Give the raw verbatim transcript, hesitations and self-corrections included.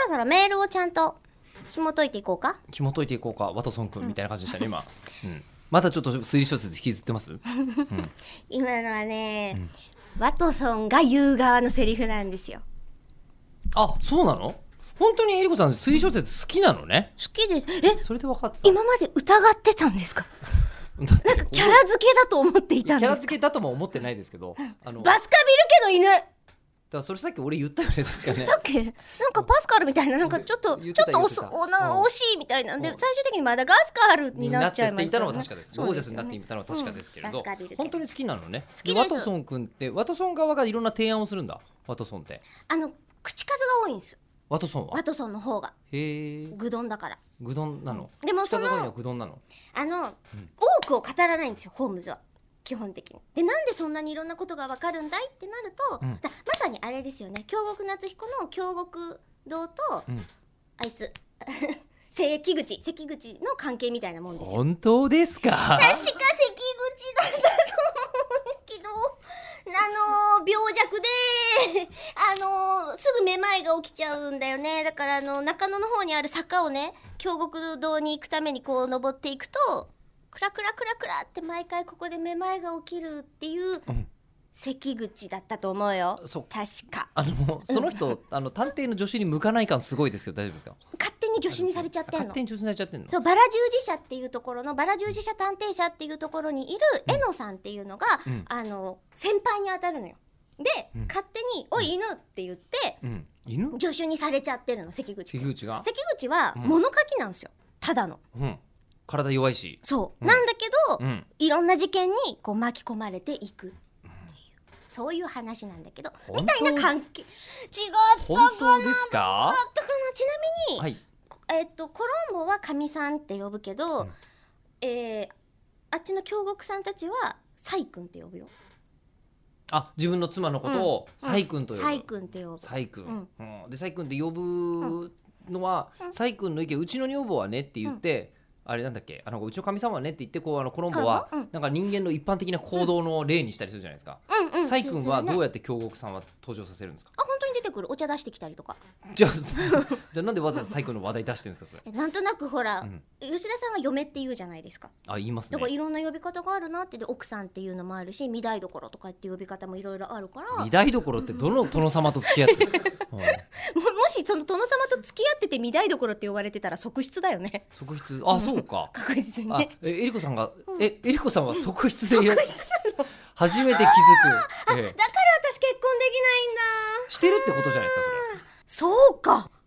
そろメールをちゃんと紐解いていこうか紐解いていこうかワトソン君みたいな感じでしたね、うん、今、うん、またちょっと推理小説引きずってます、うん、 今のはね、うん、ワトソンが言う側のセリフなんですよ。 あ、そうなの？本当にえりこさん推理小説好きなのね。 好きです。え、 それで分かってた。 今まで疑ってたんですか？なんかキャラ付けだと思っていたんですか？ キャラ付けだとも思ってないですけどあのバスカビルけど犬だからそれさっき俺言ったよね、確かね。 だっけ？なんかパスカルみたいな、なんかちょっとちょっとおそおな惜しいみたいなんで、最終的にマダガスカルになっちゃいましたね。 なっていたのは確かです。ゴージャスになっていたのは確かですけれど、本当に好きなのね。ワトソン君ってワトソン側がいろんな提案をするんだ。ワトソンってあの口数が多いんです。ワトソンはワトソンの方がへーグドンだからグドンなの、 うん、でもそのあの、うん、多くを語らないんですよ、ホームズは基本的に。で、なんでそんなにいろんなことが分かるんだいってなると、うん、だまさにあれですよね、京極夏彦の京極堂と、うん、あいつ関口関口の関係みたいなもんですよ。 本当ですか？確か関口だったと思うけど、あのー、病弱であのー、すぐめまいが起きちゃうんだよね。だからあの中野の方にある坂をね、京極堂に行くためにこう登っていくとクラクラクラクラって毎回ここでめまいが起きるっていう、うん、関口だったと思うよ。そう確かあのその人、うん、あの探偵の助手に向かない感すごいですけど大丈夫ですか？ 勝手に助手にされちゃってんの。 勝手に助手にされちゃってんの。 そうバラ従事者っていうところのバラ従事者探偵社っていうところにいるえのさんっていうのが、うん、あの先輩に当たるのよ。で、うん、勝手に「おい犬」って言って、うん、犬助手にされちゃってるの、関口関口が関口は物書きなんですよ、ただの、 うん、体弱いしそう、うん、なんだけど、うん、いろんな事件にこう巻き込まれていくっていう、うん、そういう話なんだけどみたいな関係。違ったかな？ 本当ですか？ だったかな。ちなみに、 はい、 えー、っとコロンボはかみさんって呼ぶけど、うん、えー、あっちの京極さんたちはサイ君って呼ぶよ。 あ、自分の妻のことをサイ君と呼ぶ。 サイ君って呼ぶ。 サイ君、うんうん、でサイ君って呼ぶのは、うん、サイ君の意見、うちの女房はねって言って、うん、あれなんだっけ、あのうちの神様はねって言って、こうあのコロンボは、うん、なんか人間の一般的な行動の例にしたりするじゃないですか。うんうん、サイ君はどうやって京極さんは登場させるんですか？ あ、本当に出てくる。お茶出してきたりとか。 じゃあじゃあなんでわざわざサイ君の話題出してるんですか？それなんとなくほら、うん、吉田さんは嫁って言うじゃないですか。 あ、言いますね。 だからいろんな呼び方があるなって。で奥さんっていうのもあるし、御台所とかっていう呼び方もいろいろあるから。 御台所ってどの殿様と付き合ってるんですか？うん、も, もしその殿様と付き合ってて御台所って呼ばれてたら側室だよね。 側室、あ、そうか確実にね。 え、えりこさんが、うん、え、えりこさんは側室でいる。 側室なの初めて気づく。 あ、ええ、だから私結婚できないんだ。 してるってことじゃないですか、それ。 そうか。